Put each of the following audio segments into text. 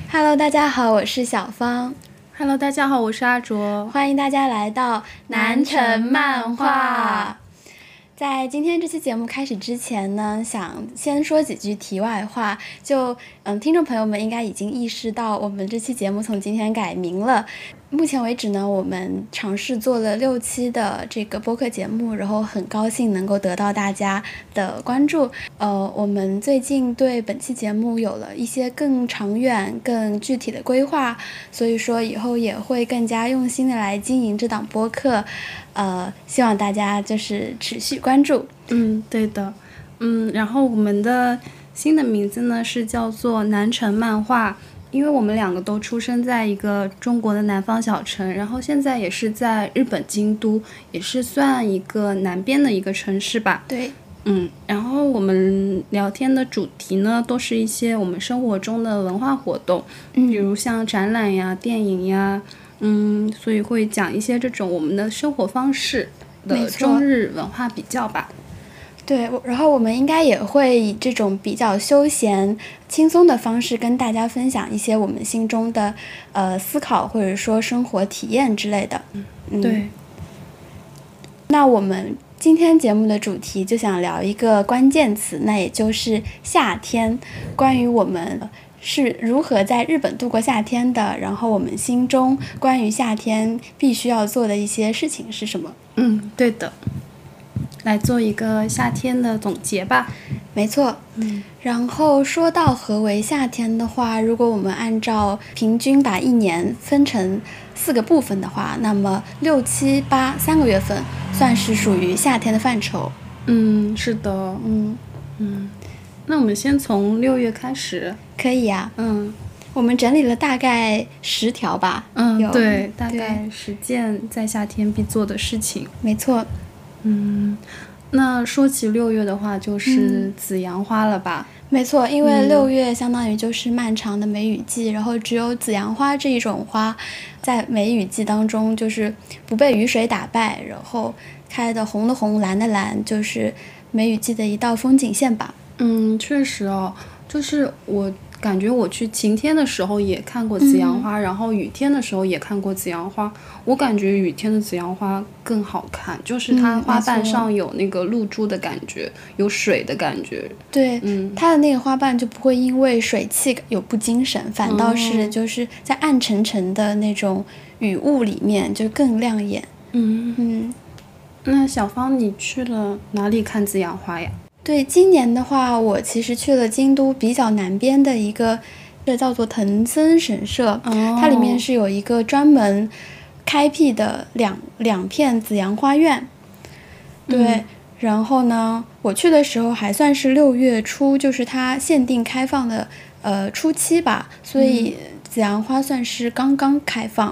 Hello， 大家好，我是小芳。 Hello， 大家好，我是阿卓。 欢迎大家来到南城漫画。在今天这期节目开始之前呢，想先说几句题外话。听众朋友们应该已经意识到，我们这期节目从今天改名了。目前为止呢，我们尝试做了6期的这个播客节目，然后很高兴能够得到大家的关注。我们最近对本期节目有了一些更长远、更具体的规划，所以说以后也会更加用心的来经营这档播客。希望大家就是持续关注。 对的。然后我们的新的名字呢是叫做南城漫画。因为我们两个都出生在一个中国的南方小城，然后现在也是在日本京都，也是算一个南边的一个城市吧。 对。 然后我们聊天的主题呢，都是一些我们生活中的文化活动，比如像展览呀、电影呀，所以会讲一些这种我们的生活方式的中日文化比较吧。 对，然后我们应该也会以这种比较休闲轻松的方式跟大家分享一些我们心中的思考或者说生活体验之类的。 对。 那我们今天节目的主题就想聊一个关键词，那也就是夏天，关于我们是如何在日本度过夏天的，然后我们心中关于夏天必须要做的一些事情是什么。 对的，来做一个夏天的总结吧。 没错。然后说到何为夏天的话，如果我们按照平均把一年分成4个部分的话，那么6、7、8 3个月份算是属于夏天的范畴。 是的。那我们先从6月开始。 可以呀。我们整理了大概10条吧。 对，大概10件在夏天必做的事情。 没错。 那说起6月的话，就是紫阳花了吧？ 没错，因为6月相当于就是漫长的梅雨季，然后只有紫阳花这一种花在梅雨季当中就是不被雨水打败，然后开的红的红，蓝的蓝，就是梅雨季的一道风景线吧。 确实哦，就是我感觉我去晴天的时候也看过紫阳花，然后雨天的时候也看过紫阳花。我感觉雨天的紫阳花更好看，就是它花瓣上有那个露珠的感觉，有水的感觉。 对。它的那个花瓣就不会因为水汽有不精神，反倒是就是在暗沉沉的那种雨雾里面就更亮眼。 那小芳，你去了哪里看紫阳花呀？ 对，今年的话我其实去了京都比较南边的一个叫做藤森神社。它里面是有一个专门开辟的两片紫阳花院。对。然后呢，我去的时候还算是6月初，就是它限定开放的初期吧，所以紫阳花算是刚刚开放。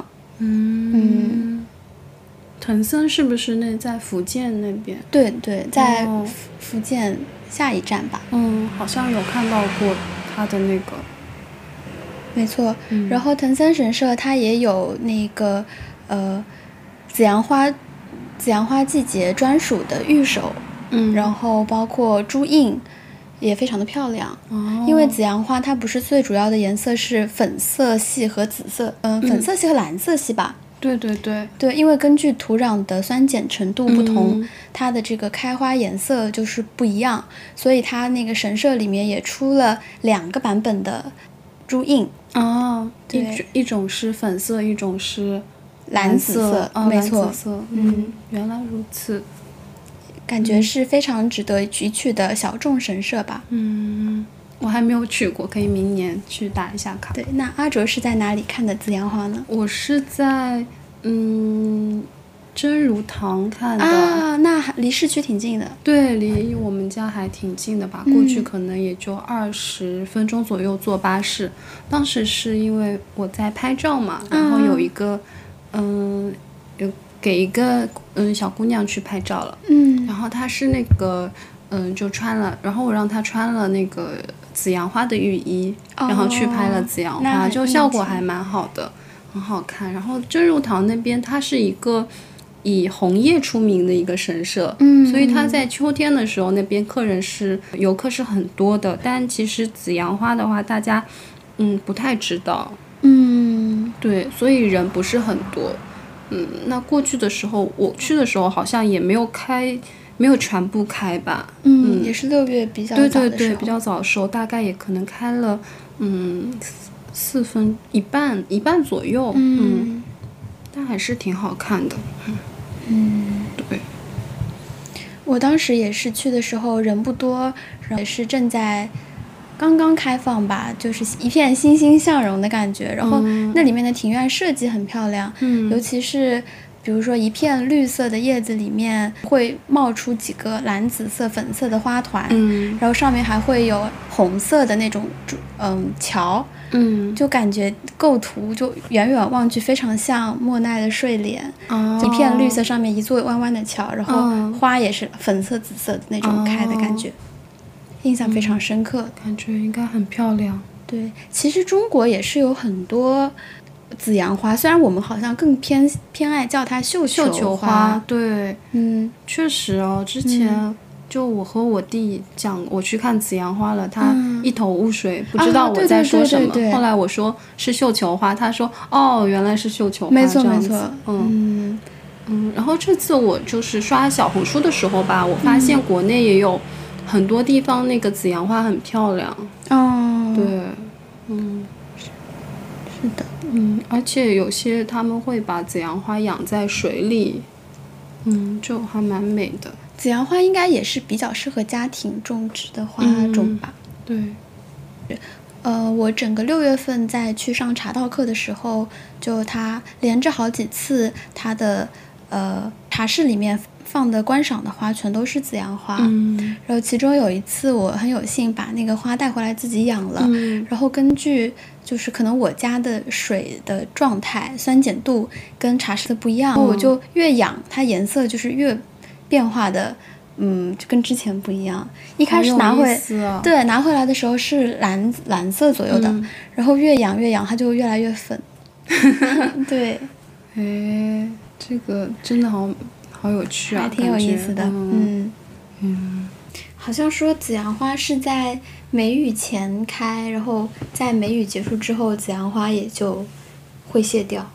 藤森是不是在福建那边？ 对对，在福建下一站吧。 好像有看到过它的那个。 没错。然后藤森神社它也有那个紫阳花季节专属的御守。然后包括朱印也非常的漂亮。因为紫阳花它不是最主要的颜色是粉色系和紫色，粉色系和蓝色系吧。对，因为根据土壤的酸碱程度不同，它的这个开花颜色就是不一样，所以它那个神社里面也出了2个版本的朱印。 一种是粉色，一种是蓝紫色。没错。 蓝紫色。原来如此。 感觉是非常值得一去的小众神社吧。 我还没有去过，可以明年去打一下卡。 对，那阿卓是在哪里看的紫阳花呢？ 我是在真如堂看的。 那离市区挺近的。 对，离我们家还挺近的吧，过去可能也就20分钟左右坐巴士。当时是因为我在拍照嘛，然后有一个有给一个小姑娘去拍照了。然后她是那个就穿了，然后我让她穿了那个紫阳花的浴衣，然后去拍了紫阳花，就效果还蛮好的，很好看。然后真如堂那边它是一个以红叶出名的一个神社，所以它在秋天的时候那边游客是很多的。但其实紫阳花的话，大家不太知道。对，所以人不是很多。那过去的时候，我去的时候好像也没有全部开吧。 也是6月比较早的时候。 对，比较早的时候，大概也可能开了一半左右。但还是挺好看的。对。 我当时也是去的时候人不多，也是正在刚刚开放吧，就是一片欣欣向荣的感觉。然后那里面的庭院设计很漂亮，尤其是比如说一片绿色的叶子里面会冒出几个蓝紫色、粉色的花团，然后上面还会有红色的那种桥，就感觉构图就远远望去非常像莫奈的睡莲，一片绿色上面一座弯弯的桥，然后花也是粉色、紫色的那种开的感觉，印象非常深刻。 感觉应该很漂亮。 对，其实中国也是有很多紫阳花，虽然我们好像更偏爱叫它绣球花。 对，确实哦，之前就我和我弟讲我去看紫阳花了，他一头雾水，不知道我在说什么。 对， 后来我说是绣球花，他说原来是绣球花。 没错没错。 然后这次我就是刷小红书的时候吧，我发现国内也有很多地方那个紫阳花很漂亮。对。 是的。 而且有些他们会把紫阳花养在水里，就还蛮美的。 紫阳花应该也是比较适合家庭种植的花种吧。 对。 我整个6月份在去上茶道课的时候，就他连着好几次他的茶室里面放的观赏的花全都是紫阳花。然后其中有一次我很有幸把那个花带回来自己养了，然后根据就是可能我家的水的状态酸碱度跟茶室的不一样，我就越养它颜色就是越变化的就跟之前不一样。一开始拿回来的时候是蓝色左右的，然后越养它就越来越粉。对。 这个真的好有趣啊， 还挺有意思的。好像说紫阳花是在梅雨前开，然后在梅雨结束之后紫阳花也就会谢掉。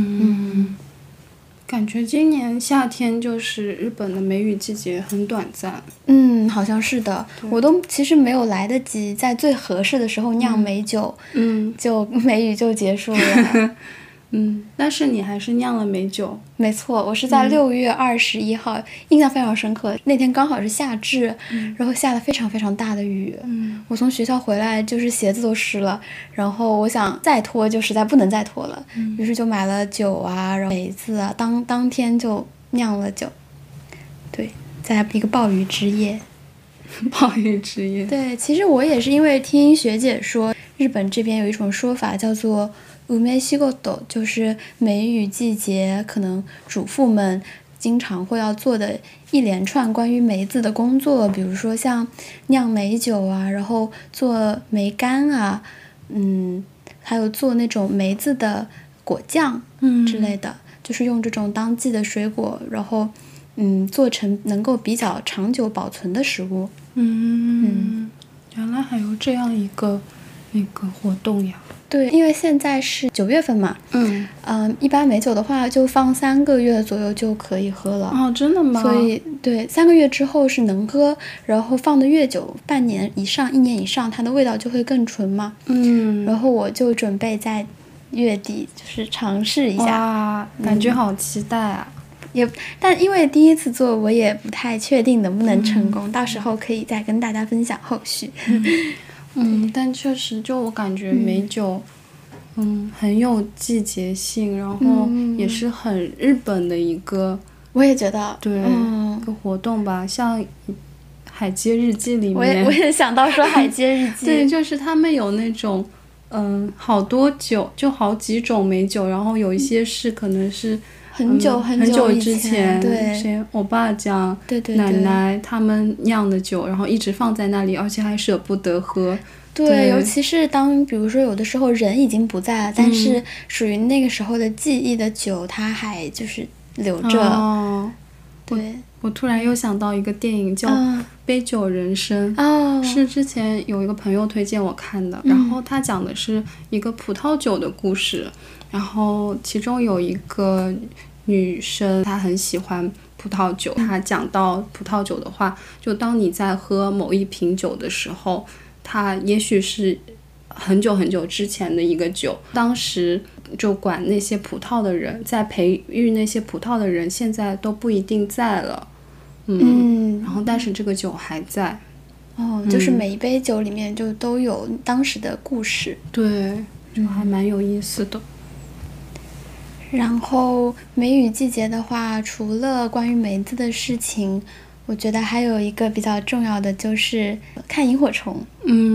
感觉今年夏天就是日本的梅雨季节很短暂。 好像是的。我都其实没有来得及在最合适的时候酿美酒，就梅雨就结束了。 但是你还是酿了美酒。 没错，我是在6月21号，印象非常深刻。那天刚好是夏至，然后下了非常非常大的雨。我从学校回来就是鞋子都湿了，然后我想再拖就实在不能再拖了，于是就买了酒啊，然后梅子啊，当天就酿了酒。对，在一个暴雨之夜。 暴雨之夜。 对，其实我也是因为听学姐说，日本这边有一种说法叫做梅西ゴト，就是梅雨季节可能主妇们经常会要做的一连串关于梅子的工作，比如说像酿梅酒啊，然后做梅干啊，还有做那种梅子的果酱之类的，就是用这种当季的水果，然后做成能够比较长久保存的食物。 原来还有这样一个活动呀。 对，因为现在是9月份嘛，一般美酒的话就放3个月左右就可以喝了。 真的吗？ 所以对，3个月之后是能喝，然后放的越久，半年以上、1年以上，它的味道就会更纯嘛。然后我就准备在月底就是尝试一下。 哇，感觉好期待啊！ 但因为第一次做，我也不太确定能不能成功，到时候可以再跟大家分享后续。 但确实就我感觉美酒很有季节性，然后也是很日本的一个， 我也觉得对，一个活动吧。像海街日记里面， 我也想到说海街日记。 对，就是他们有那种好多酒，就好几种美酒，然后有一些是可能是很久之前， 对， 我爸讲， 对， 奶奶他们酿的酒，然后一直放在那里，而且还舍不得喝。 对，尤其是当比如说有的时候人已经不在了，但是属于那个时候的记忆的酒，它还就是留着。 对， 我突然又想到一个电影叫《杯酒人生》，是之前有一个朋友推荐我看的，然后他讲的是一个葡萄酒的故事，然后其中有一个女生她很喜欢葡萄酒，她讲到葡萄酒的话，就当你在喝某一瓶酒的时候，它也许是很久很久之前的一个酒，当时就管那些葡萄的人，在培育那些葡萄的人现在都不一定在了，然后但是这个酒还在。 就是每一杯酒里面就都有当时的故事。 对，就还蛮有意思的。 然后梅雨季节的话，除了关于梅子的事情，我觉得还有一个比较重要的就是看萤火虫。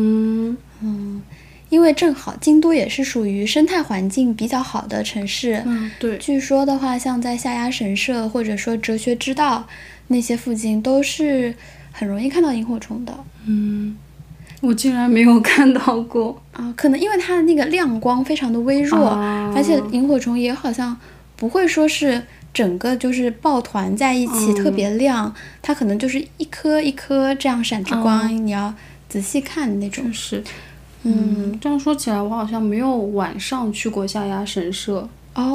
因为正好京都也是属于生态环境比较好的城市。 对。 据说的话，像在下鸭神社或者说哲学之道那些附近，都是很容易看到萤火虫的。 我竟然没有看到过可能因为它的那个亮光非常的微弱，而且萤火虫也好像不会说是整个就是抱团在一起特别亮，它可能就是一颗一颗这样闪着光，你要仔细看那种。 是。这样说起来，我好像没有晚上去过下鸭神社。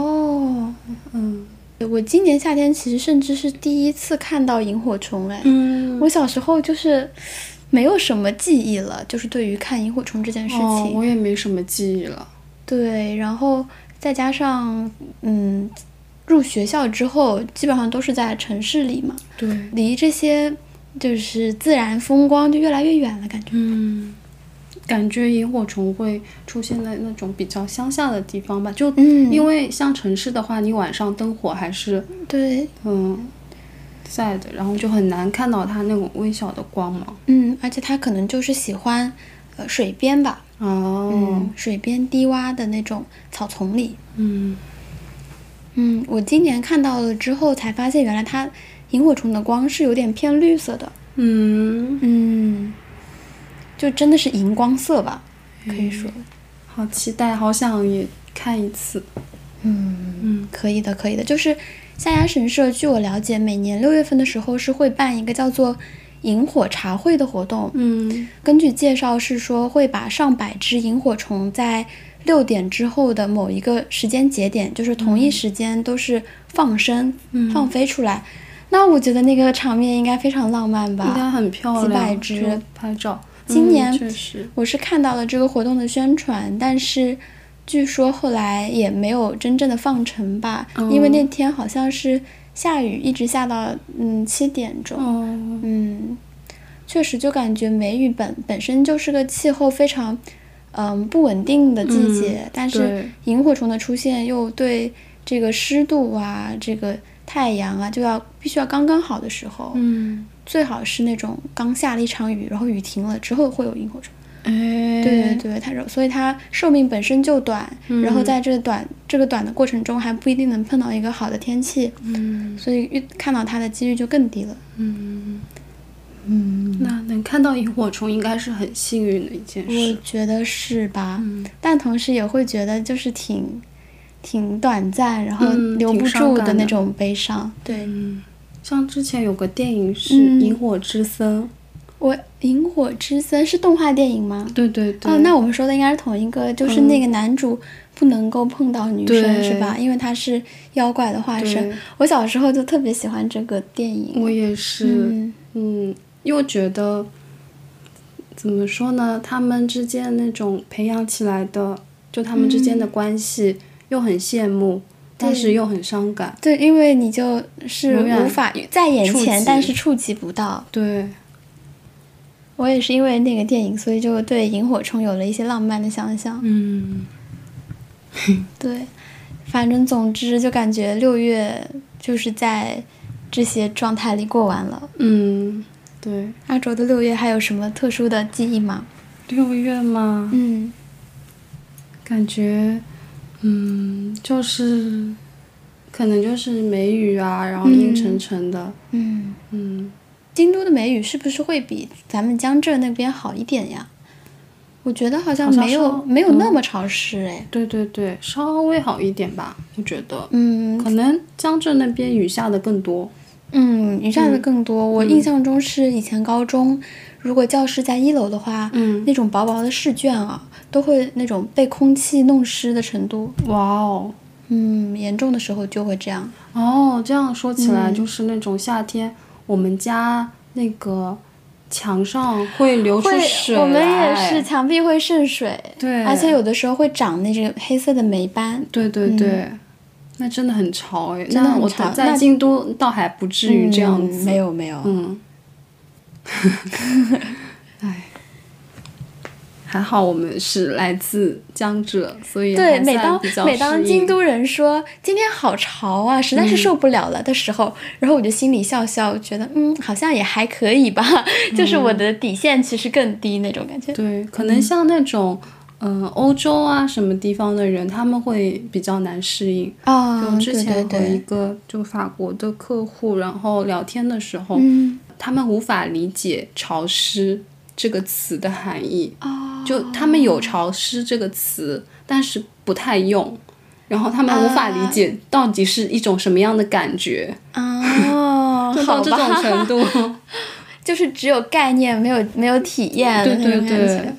我今年夏天其实甚至是第一次看到萤火虫。我小时候就是没有什么记忆了，就是对于看萤火虫这件事情。 我也没什么记忆了。 对，然后再加上入学校之后基本上都是在城市里嘛， 对， 离这些就是自然风光就越来越远了，感觉。 感觉萤火虫会出现在那种比较乡下的地方吧，就因为像城市的话，你晚上灯火还是对在的，然后就很难看到它那种微小的光芒。 而且它可能就是喜欢水边吧，水边低洼的那种草丛里。我今年看到了之后才发现，原来它萤火虫的光是有点偏绿色的。就真的是荧光色吧，可以说。 好期待，好想也看一次。 可以的，可以的。就是下鸭神社，据我了解，每年6月份的时候是会办一个叫做萤火茶会的活动。根据介绍是说会把上百只萤火虫在6点之后的某一个时间节点，就是同一时间都是放生、放飞出来。那我觉得那个场面应该非常浪漫吧， 应该很漂亮， 几百只拍照。 今年确实我是看到了这个活动的宣传，但是据说后来也没有真正的放成吧，因为那天好像是下雨，一直下到7点钟。确实就感觉梅雨本身就是个气候非常不稳定的季节，但是萤火虫的出现又对这个湿度啊，这个太阳啊，必须要刚刚好的时候。最好是那种刚下了一场雨，然后雨停了之后会有萤火虫。对，所以它寿命本身就短，然后在这个短的过程中还不一定能碰到一个好的天气，所以看到它的几率就更低了。 那能看到萤火虫应该是很幸运的一件事。 我觉得是吧？但同时也会觉得就是挺短暂，然后留不住的那种悲伤。对。 像之前有个电影是《萤火之森》， 萤火之森是动画电影吗？ 对。 那我们说的应该是同一个，就是那个男主不能够碰到女生，是吧？因为他是妖怪的化身。我小时候就特别喜欢这个电影。 我也是。又觉得怎么说呢？他们之间那种培养起来的，就他们之间的关系，又很羡慕。但是又很伤感。 对，因为你就是无法在眼前，但是触及不到。 对， 我也是因为那个电影，所以就对萤火虫有了一些浪漫的想象。对，反正总之就感觉6月就是在这些状态里过完了。 对。 阿卓的6月还有什么特殊的记忆吗 ？6月吗？感觉就是可能就是梅雨啊，然后阴沉沉的。 京都的梅雨是不是会比咱们江浙那边好一点呀？我觉得好像没有那么潮湿。 对，稍微好一点吧，我觉得。可能江浙那边雨下的更多。 雨下的更多。我印象中是以前高中，如果教室在1楼的话，那种薄薄的试卷啊，都会那种被空气弄湿的程度。 哇哦， 严重的时候就会这样。 哦，这样说起来，就是那种夏天，我们家那个墙上会流出水来， 我们也是，墙壁会渗水， 对， 而且有的时候会长那种黑色的霉斑。 对对对。那真的很潮哎， 真的很潮。 那我在京都倒还不至于这样子， 没有。 唉，还好我们是来自江浙，所以对，每当京都人说今天好潮啊，实在是受不了了的时候，然后我就心里笑笑，觉得好像也还可以吧，就是我的底线其实更低那种感觉。 对，可能像那种欧洲啊什么地方的人，他们会比较难适应。就之前和一个就法国的客户，然后聊天的时候，他们无法理解潮湿这个词的含义。就他们有潮湿这个词，但是不太用，然后他们无法理解到底是一种什么样的感觉。就到这种程度。 就是只有概念没有体验的那种感觉。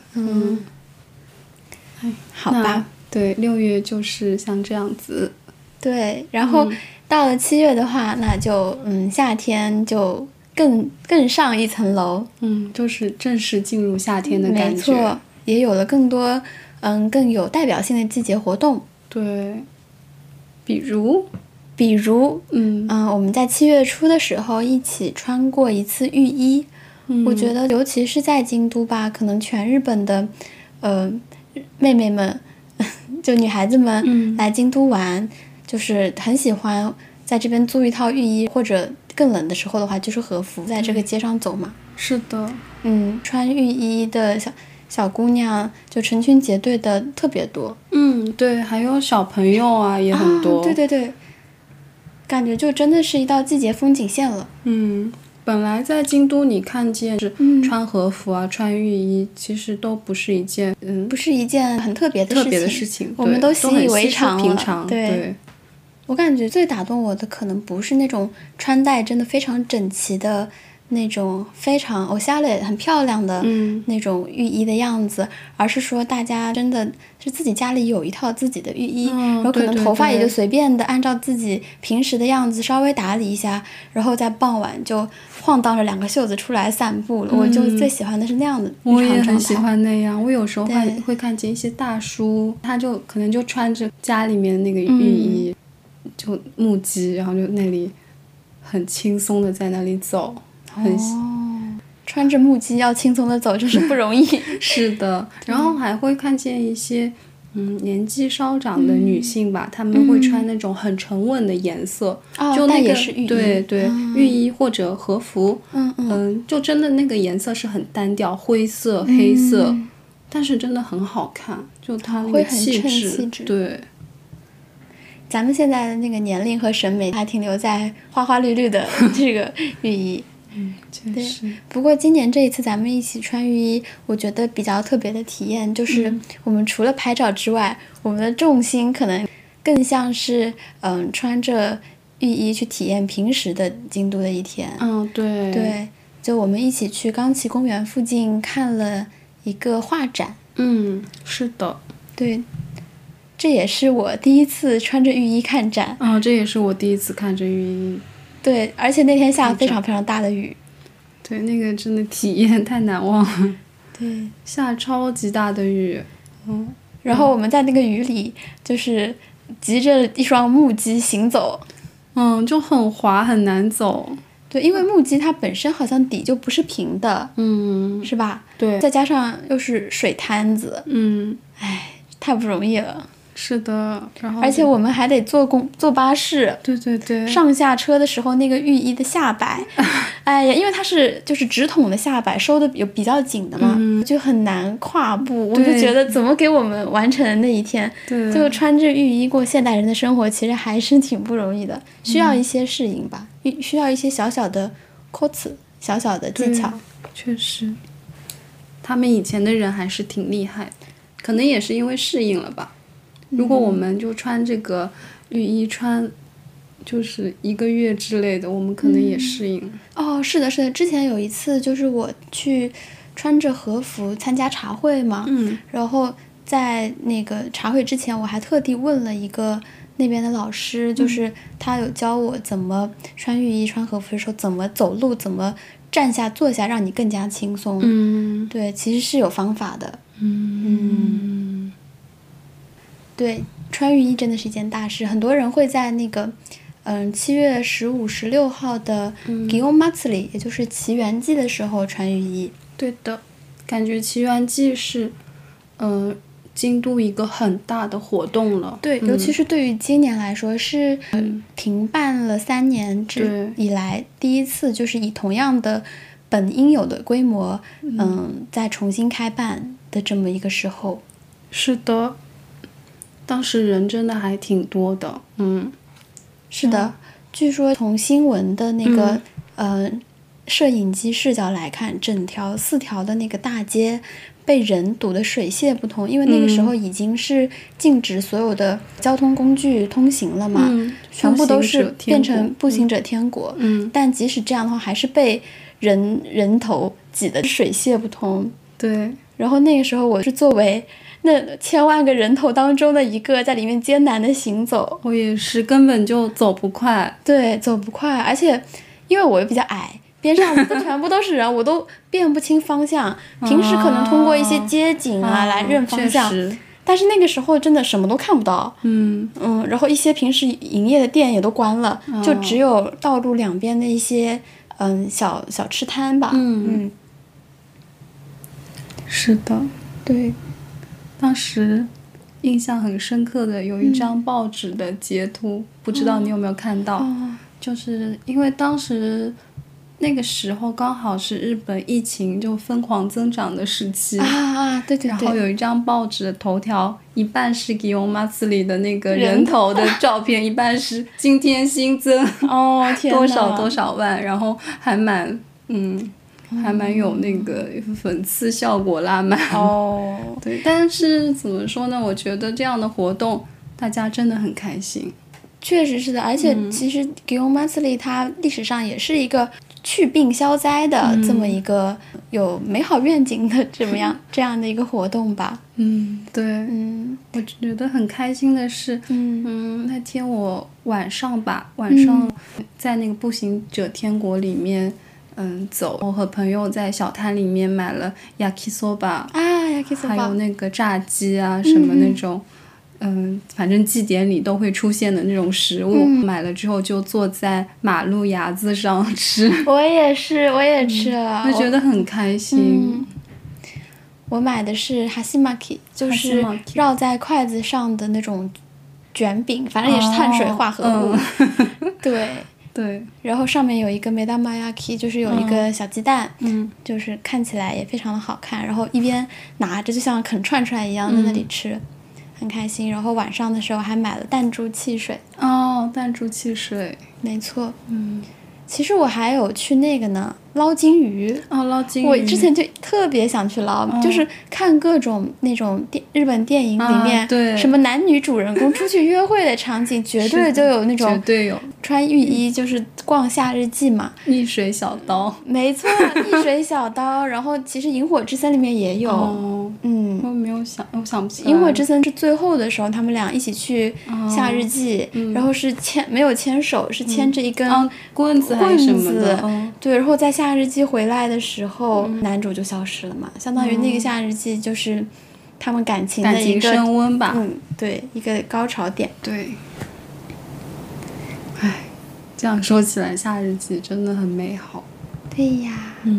好吧， 对，6月就是像这样子。 对，然后到了7月的话，那就夏天就更上一层楼。 就是正式进入夏天的感觉。 没错，也有了更多更有代表性的季节活动。 对，比如我们在7月初的时候一起穿过一次浴衣。我觉得尤其是在京都吧，可能全日本的妹妹们就女孩子们来京都玩，就是很喜欢在这边租一套浴衣，或者更冷的时候的话就是和服，在这个街上走嘛。 是的。 穿浴衣的小姑娘就成群结队的特别多。 对，还有小朋友啊也很多。 对，感觉就真的是一道季节风景线了。 本来在京都你看见是穿和服啊，穿浴衣，其实都不是一件很特别的事情，我们都习以为常了。 对，我感觉最打动我的可能不是那种穿戴真的非常整齐的那种非常おしゃれ很漂亮的那种浴衣的样子，而是说大家真的是自己家里有一套自己的浴衣，然后可能头发也就随便的按照自己平时的样子稍微打理一下，然后在傍晚就晃荡着2个袖子出来散步了。我就最喜欢的是那样的日常状态。 我也很喜欢那样。我有时候会看见一些大叔，他就可能就穿着家里面那个浴衣，就木屐，然后就那里很轻松的在那里走。 穿着木屐要轻松的走就是不容易。 是的，然后还会看见一些年纪稍长的女性吧，她们会穿那种很沉稳的颜色，就那个也是浴衣。 对，浴衣或者和服，就真的那个颜色是很单调，灰色、黑色，但是真的很好看，就它那个气质。对。 咱们现在的那个年龄和审美还停留在花花绿绿的这个浴衣。 确实。 不过今年这一次咱们一起穿浴衣，我觉得比较特别的体验就是我们除了拍照之外，我们的重心可能更像是穿着浴衣去体验平时的京都的一天。对，就我们一起去冈崎公园附近看了一个画展。 是的。 对，这也是我第一次穿着浴衣看展。 这也是我第一次看着浴衣。 对，而且那天下了非常非常大的雨。 对，那个真的体验太难忘了。 对， 下超级大的雨。 然后我们在那个雨里就是急着一双木屐行走。 就很滑很难走。 对，因为木屐它本身好像底就不是平的。是吧？ 对， 再加上又是水滩子。太不容易了。 是的，然后而且我们还得坐巴士。 对， 上下车的时候那个浴衣的下摆哎呀，因为它是就是直筒的下摆，收的有比较紧的嘛，就很难跨步。我就觉得怎么给我们完成那一天，就穿着浴衣过现代人的生活，其实还是挺不容易的，需要一些适应吧，需要一些小小的コツ，小小的技巧。 确实，他们以前的人还是挺厉害，可能也是因为适应了吧。如果我们就穿这个浴衣穿就是1个月之类的，我们可能也适应。 哦，是的，是的，之前有一次就是我去穿着和服参加茶会嘛，然后在那个茶会之前，我还特地问了一个那边的老师，就是他有教我怎么穿浴衣、穿和服的时候怎么走路，怎么站下、坐下，让你更加轻松。对，其实是有方法的。对，穿浴衣真的是一件大事，很多人会在那个7月15、16号的祇園祭，也就是祈园祭的时候穿浴衣。 对的，感觉祈园祭是京都一个很大的活动了。 对，尤其是对于今年来说是停办了3年以来第一次，就是以同样的本应有的规模再重新开办的这么一个时候。 是的，当时人真的还挺多的。 是的，据说从新闻的那个摄影机视角来看，整条4条的那个大街被人堵得水泄不通，因为那个时候已经是禁止所有的交通工具通行了嘛，全部都是变成步行者天国。但即使这样的话，还是被人头挤得水泄不通。 对， 然后那个时候我是作为那千万个人头当中的一个，在里面艰难的行走。 我也是，根本就走不快。 对，走不快，而且因为我又比较矮，边上都全部都是人，我都辨不清方向。平时可能通过一些街景来认方向，但是那个时候真的什么都看不到。然后一些平时营业的店也都关了，就只有道路两边的一些小吃摊吧。 是的， 对。 当时印象很深刻的有一张报纸的截图，不知道你有没有看到？就是因为当时那个时候刚好是日本疫情就疯狂增长的时期对对对， 然后有一张报纸的头条，一半是祇園祭的那个人头的照片，一半是今天新增多少多少万，然后还蛮有那个讽刺效果啦，对，但是怎么说呢？我觉得这样的活动大家真的很开心。 确实是的，而且其实祇園祭它历史上也是一个祛病消灾的这么一个有美好愿景的这样的一个活动吧。 对，我觉得很开心的是，那天我晚上在那个步行者天国里面。走，我和朋友在小摊里面买了 yakisoba 还有那个炸鸡啊，什么那种反正祭典里都会出现的那种食物，买了之后就坐在马路牙子上吃。 我也吃了， 我觉得很开心。 我买的是 hashimaki， 就是绕在筷子上的那种卷饼，反正也是碳水化合物。对，然后上面有一个 medamayaki， 就是有一个小鸡蛋，就是看起来也非常的好看，然后一边拿着就像啃串串一样在那里吃，很开心。然后晚上的时候还买了弹珠汽水。 弹珠汽水， 没错。其实我还有去那个呢，捞金鱼。 捞金鱼， 我之前就特别想去捞，就是看各种那种日本电影里面，什么男女主人公出去约会的场景，绝对就有那种， 绝对有穿浴衣就是逛夏日祭嘛， 逆水小刀。 没错，逆水小刀。然后其实萤火之森里面也有。 我没有想，我想不起来。 萤火之森是最后的时候，他们俩一起去夏日祭，然后是没有牵手，是牵着一根棍子还是什么的。 对，然后在夏日祭回来的时候，男主就消失了嘛，相当于那个夏日祭就是他们感情的一个升温吧。 对，一个高潮点。 对。这样说起来，夏日祭真的很美好。 对呀。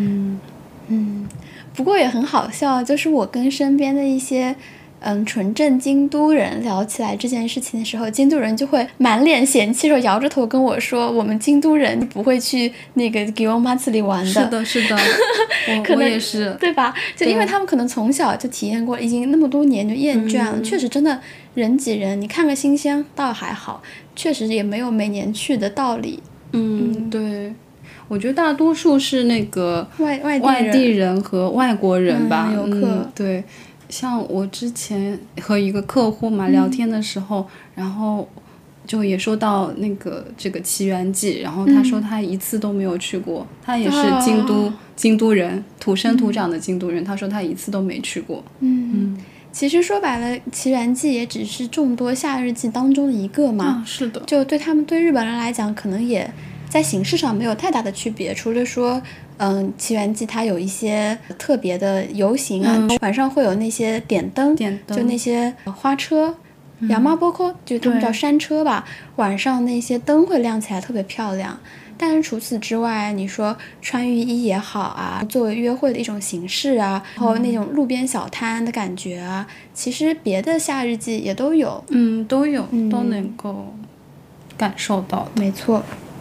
不过也很好笑，就是我跟身边的一些纯正京都人聊起来这件事情的时候，京都人就会满脸嫌弃说，摇着头跟我说，我们京都人不会去那个祇園祭玩的。 是的我也是， 对吧？就因为他们可能从小就体验过，已经那么多年就厌倦了。确实真的人挤人，你看个新鲜倒还好，确实也没有每年去的道理。 对，我觉得大多数是那个外地人和外国人吧， 游客。 对，像我之前和一个客户嘛聊天的时候，然后就也说到这个奇缘记，然后他说他一次都没有去过，他也是京都人，土生土长的京都人，他说他一次都没去过。 其实说白了，奇缘记也只是众多夏日祭当中的一个嘛。 是的。 就对日本人来讲，可能也在形式上没有太大的区别，除了说奇缘记它有一些特别的游行啊，晚上会有那些点灯，就那些花车。Yamaboko 就他们叫山车吧，晚上那些灯会亮起来特别漂亮。但是除此之外，你说穿浴衣也好啊，作为约会的一种形式啊，然后那种路边小摊的感觉啊，其实别的夏日祭也都有。 都有，都能够感受到的。 没错。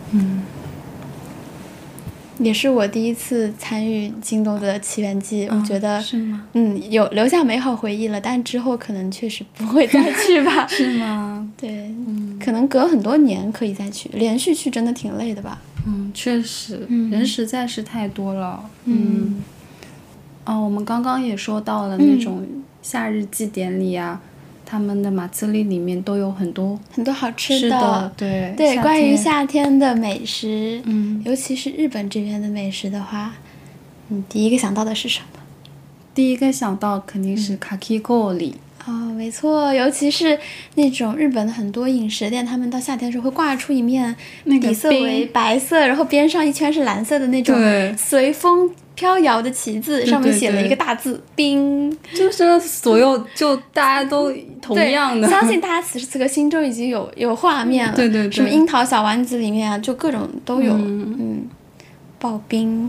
也是我第一次参与京都的奇缘祭，我觉得是吗？ 有留下美好回忆了，但之后可能确实不会再去吧。 是吗？ 对，可能隔很多年可以再去，连续去真的挺累的吧。 确实，人实在是太多了。我们刚刚也说到了那种夏日祭典里啊，他们的马自立里面都有很多好吃的。 是的，对。 关于夏天的美食，尤其是日本这边的美食的话，你第一个想到的是什么？ 第一个想到肯定是かき氷。 没错，尤其是那种日本的很多饮食店，他们到夏天的时候会挂出一面底色为白色，然后边上一圈是蓝色的那种随风飘摇的旗子，上面写了一个大字冰， 就是所有就大家都同样的。 相信大家此时此刻心中已经有画面了。 对， 什么樱桃小丸子里面啊，就各种都有。刨冰。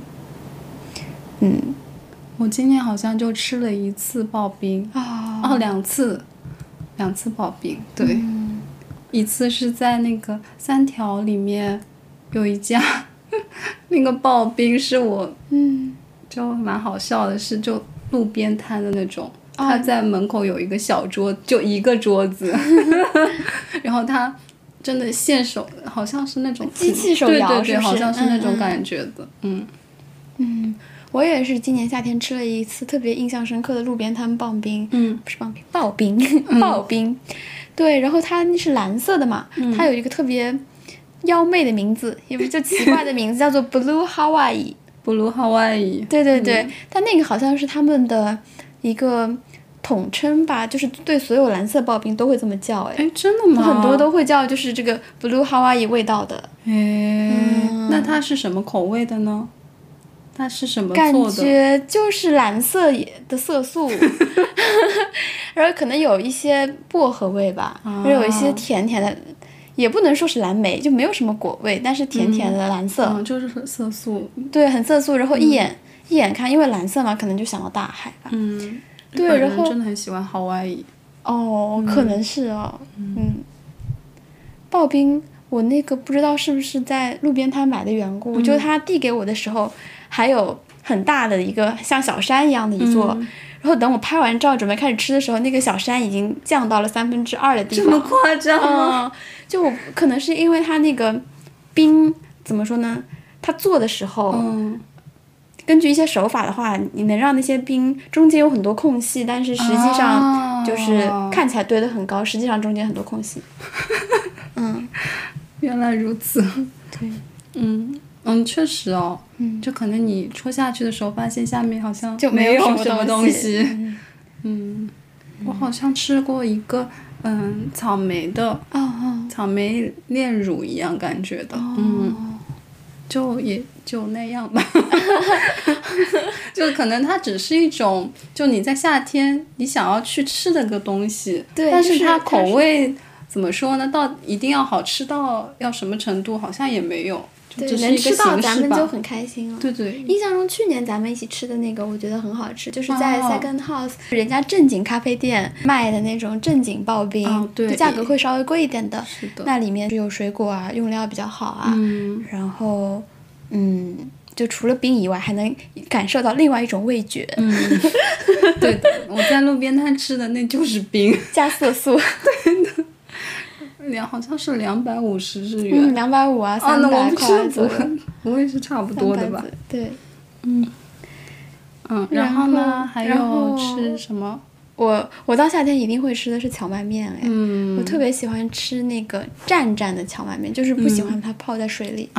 我今年好像就吃了一次刨冰。两次刨冰。对。一次是在那个三条里面有一家那个刨冰是我就蛮好笑的，是就路边摊的那种，他在门口有一个小桌，就一个桌子然后他真的现手，好像是那种机器手摇， 对，好像是那种感觉的。 我也是今年夏天吃了一次特别印象深刻的路边摊刨冰。不是刨冰刨冰。对，然后它是蓝色的嘛，它有一个特别妖媚的名字，也不是就奇怪的名字叫做 Blue Hawaii。Blue Hawaii。 对，但那个好像是他们的一个统称吧，就是对所有蓝色刨冰都会这么叫。 真的吗？ 很多都会叫就是这个 Blue Hawaii 味道的。 那它是什么口味的呢？它是什么做的？ 感觉就是蓝色的色素然后可能有一些薄荷味吧，然后有一些甜甜的，也不能说是蓝莓，就没有什么果味，但是甜甜的蓝色。 就是色素。 对，很色素，然后一眼看，因为蓝色嘛，可能就想到大海吧。对，然后真的很喜欢Hawaii。 可能是刨冰我那个不知道是不是在路边摊买的缘故，就他递给我的时候还有很大的一个像小山一样的一座，然后等我拍完照准备开始吃的时候，那个小山已经降到了2/3的地方。 这么夸张吗？ 就我可能是因为他那个冰怎么说呢，他做的时候根据一些手法的话，你能让那些冰中间有很多空隙，但是实际上就是看起来堆得很高，实际上中间很多空隙。 原来如此。 对。 确实哦。就可能你戳下去的时候发现下面好像就没有什么东西。我好像吃过一个草莓的。草莓炼乳一样感觉的。就也就那样吧就可能它只是一种就你在夏天你想要去吃的个东西。 对， 但是它口味怎么说呢，到一定要好吃到要什么程度好像也没有，就只是一个形式吧。 能吃到咱们就很开心了。 对。 印象中去年咱们一起吃的那个我觉得很好吃，就是在 Second House 人家正经咖啡店卖的那种正经刨冰。 对， 价格会稍微贵一点的。 是的。 那里面有水果啊，用料比较好啊。然后就除了冰以外还能感受到另外一种味觉。 对的，我在路边摊吃的那就是冰加色素。 对的。好像是250日元。 250啊，300块左右。 不会是差不多的吧？ 对。 然后呢还有吃什么？ 我到夏天一定会吃的是荞麦面哎，我特别喜欢吃那个蘸蘸的荞麦面，就是不喜欢它泡在水里。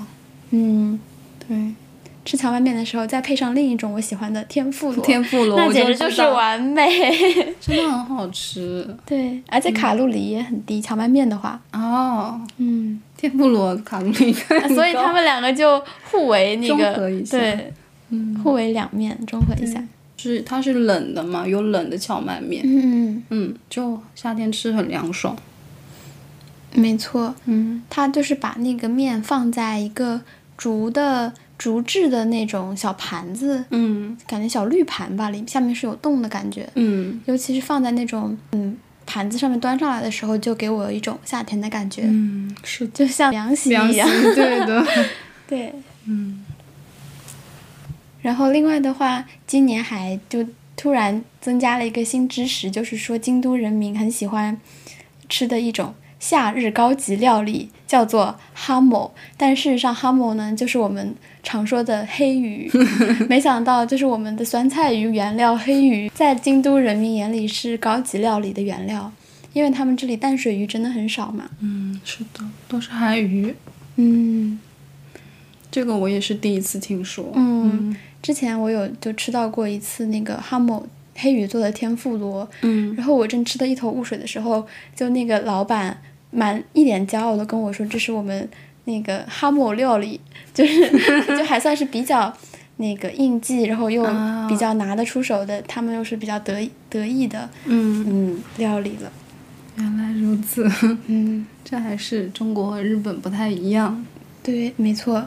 对，吃荞麦面的时候再配上另一种我喜欢的天妇罗，那简直就是完美， 真的很好吃。 对，而且卡路里也很低，荞麦面的话。 天妇罗卡路里很高， 所以他们两个就互为那个中和一下， 对，互为两面，中和一下。 它是冷的嘛，有冷的荞麦面，就夏天吃很凉爽。 没错，它就是把那个面放在一个竹制的那种小盘子，感觉小绿盘吧，下面是有洞的感觉，尤其是放在那种盘子上面端上来的时候，就给我一种夏天的感觉， 是就像凉席一样， 对的， 对，然后另外的话，今年还就突然增加了一个新知识，就是说京都人民很喜欢吃的一种夏日高级料理，叫做哈某。但事实上哈某呢，就是我们常说的黑鱼。没想到就是我们的酸菜鱼原料黑鱼，在京都人民眼里是高级料理的原料，因为他们这里淡水鱼真的很少嘛。 是的，都是海鱼。这个我也是第一次听说。 之前我有就吃到过一次那个哈某黑鱼做的天妇罗，然后我正吃得一头雾水的时候，就那个老板一脸骄傲的跟我说，这是我们那个哈某料理，就是就还算是比较那个应季，然后又比较拿得出手的，他们又是比较得意的料理了。 原来如此，这还是中国和日本不太一样。 对，没错。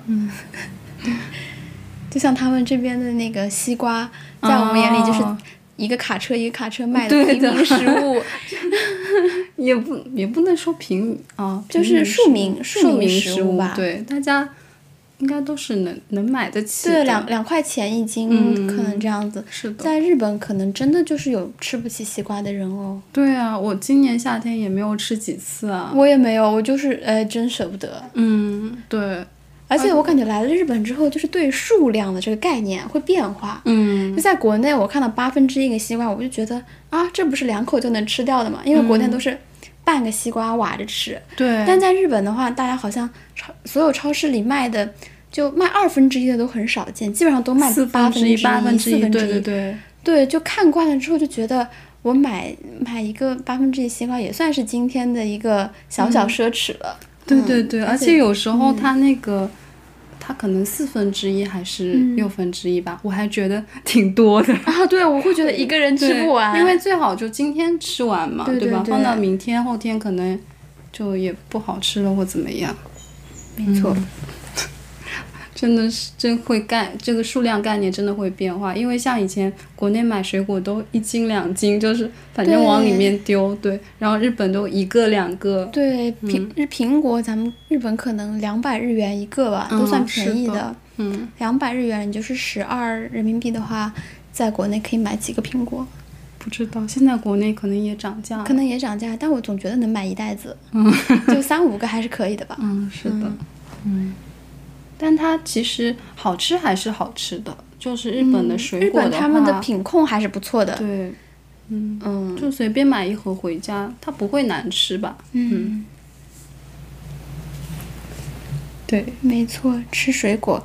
就像他们这边的那个西瓜，在我们眼里就是一个卡车一个卡车卖的平民食物， 也不能说就是庶民食物吧。 对，大家应该都是能买得起的。 对，2块钱一斤，可能这样子。 是的， 在日本可能真的就是有吃不起西瓜的人哦。 对啊，我今年夏天也没有吃几次啊。 我也没有，我就是真舍不得。 对。 而且我感觉来了日本之后，就是对数量的这个概念会变化。就在国内，我看到1/8个西瓜，我就觉得这不是2口就能吃掉的嘛？因为国内都是半个西瓜挖着吃。 对。 但在日本的话，大家好像所有超市里卖的，就卖1/2的都很少见，基本上都卖1/8、1/4。对，就看惯了之后就觉得，我买一个1/8西瓜也算是今天的一个小小奢侈了。 对，而且有时候它那个，它可能1/4还是1/6吧，我还觉得挺多的对，我会觉得一个人吃不完， 因为最好就今天吃完嘛， 对吧？放到明天后天可能就也不好吃了或怎么样。 没错。 真的是这个数量概念真的会变化，因为像以前国内买水果都1斤2斤，就是反正往里面丢，对，然后日本都1个2个， 对，苹果咱们日本可能200日元一个吧，都算便宜的，200日元就是12人民币的话，在国内可以买几个苹果？ 不知道，现在国内可能也涨价， 但我总觉得能买一袋子，就3-5个还是可以的吧。 是的，但它其实好吃还是好吃的，就是日本的水果的话， 日本他们的品控还是不错的。 对，就随便买一盒回家，它不会难吃吧？对， 没错，吃水果，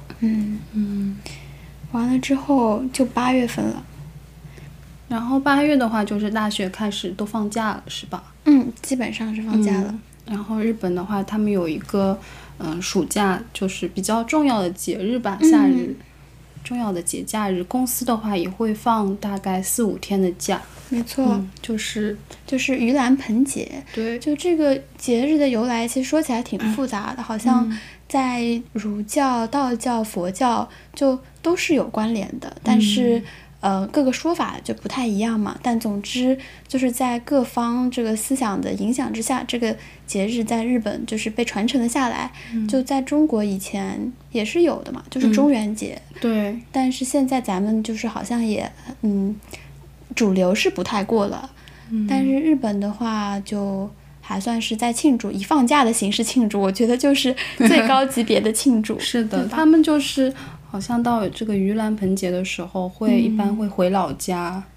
完了之后就8月份了。 然后8月的话，就是大学开始都放假了，是吧？ 基本上是放假了。 然后日本的话，他们有一个暑假，就是比较重要的节日吧，夏日重要的节假日，公司的话也会放大概4-5天的假。 没错， 就是盂兰盆节。 对， 就这个节日的由来，其实说起来挺复杂的，好像在儒教、道教、佛教就都是有关联的，但是各个说法就不太一样嘛。但总之就是在各方这个思想的影响之下，这个节日在日本就是被传承了下来。就在中国以前也是有的嘛，就是中元节。 对。 但是现在咱们就是好像也主流是不太过了。但是日本的话就还算是在庆祝，以放假的形式庆祝，我觉得就是最高级别的庆祝。 是的，他们就是好像到这个盂兰盆节的时候一般会回老家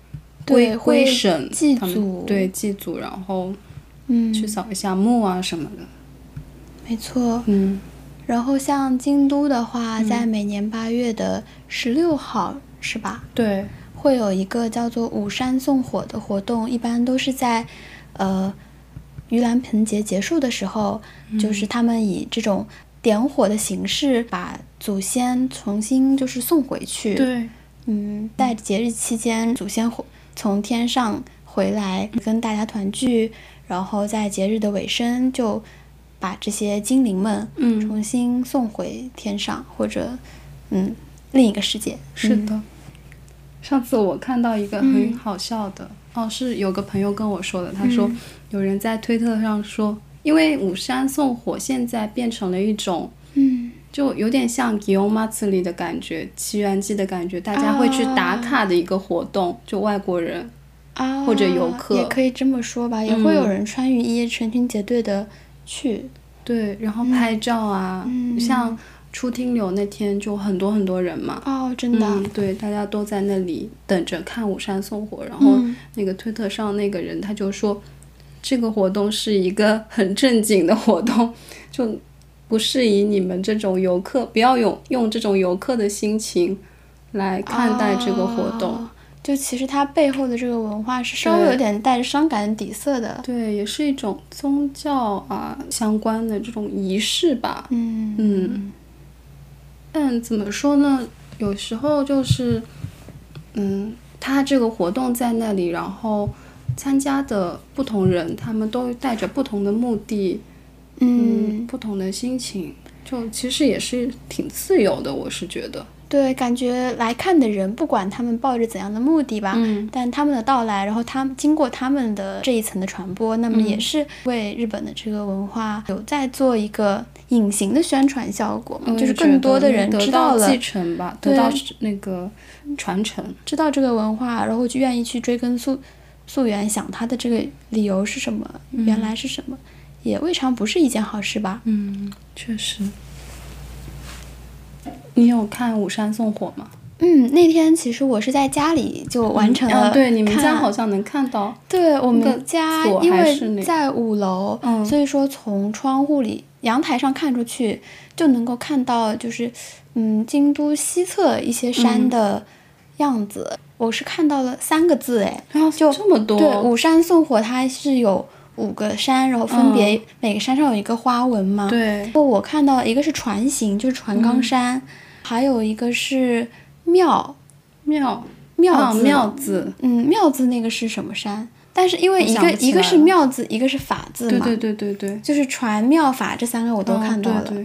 对归省祭他们祖， 对祭祖，然后去扫一下墓啊什么的。 没错。然后像京都的话，在每年8月的16号是吧？ 对， 会有一个叫做五山送火的活动，一般都是在盂兰盆节结束的时候，就是他们以这种点火的形式把祖先重新就是送回去。 对， 在节日期间，祖先从天上回来跟大家团聚，然后在节日的尾声就把这些精灵们重新送回天上，或者另一个世界。 是的。上次我看到一个很好笑的，是有个朋友跟我说的，他说有人在推特上说，因为五山送火现在变成了一种就有点像祇園祭り的感觉，祈愿祭的感觉，大家会去打卡的一个活动，就外国人或者游客也可以这么说吧，也会有人穿浴衣成群结队的去， 对，然后拍照啊，像出町柳那天就很多很多人嘛。 真的。 对，大家都在那里等着看五山送火，然后那个推特上那个人他就说，这个活动是一个很正经的活动，就不适宜你们这种游客，不要用这种游客的心情来看待这个活动。 就其实它背后的这个文化是稍微有点带着伤感底色的。 对，也是一种宗教啊相关的这种仪式吧。但怎么说呢，有时候就是他这个活动在那里，然后参加的不同人他们都带着不同的目的，不同的心情，就其实也是挺自由的，我是觉得。 对，感觉来看的人不管他们抱着怎样的目的吧，但他们的到来，然后他们经过他们的这一层的传播，那么也是为日本的这个文化有在做一个隐形的宣传效果，就是更多的人知道了， 继承吧，得到那个传承， 知道这个文化，然后就愿意去追根溯源，想它的这个理由是什么，原来是什么，也未尝不是一件好事吧。 确实。你有看五山送火吗？ 那天其实我是在家里就完成了对，你们家好像能看到。 对，我们家因为在5楼，所以说从窗户里阳台上看出去就能够看到就是京都西侧一些山的样子。我是看到了3个字就这么多。 对，五山送火它是有5个山，然后分别每个山上有一个花纹嘛。 对， 我看到一个是船形，就是船冈山，还有一个是庙字。庙字那个是什么山？但是因为一个是庙字，一个是法字嘛。 对， 就是船庙法这3个我都看到了。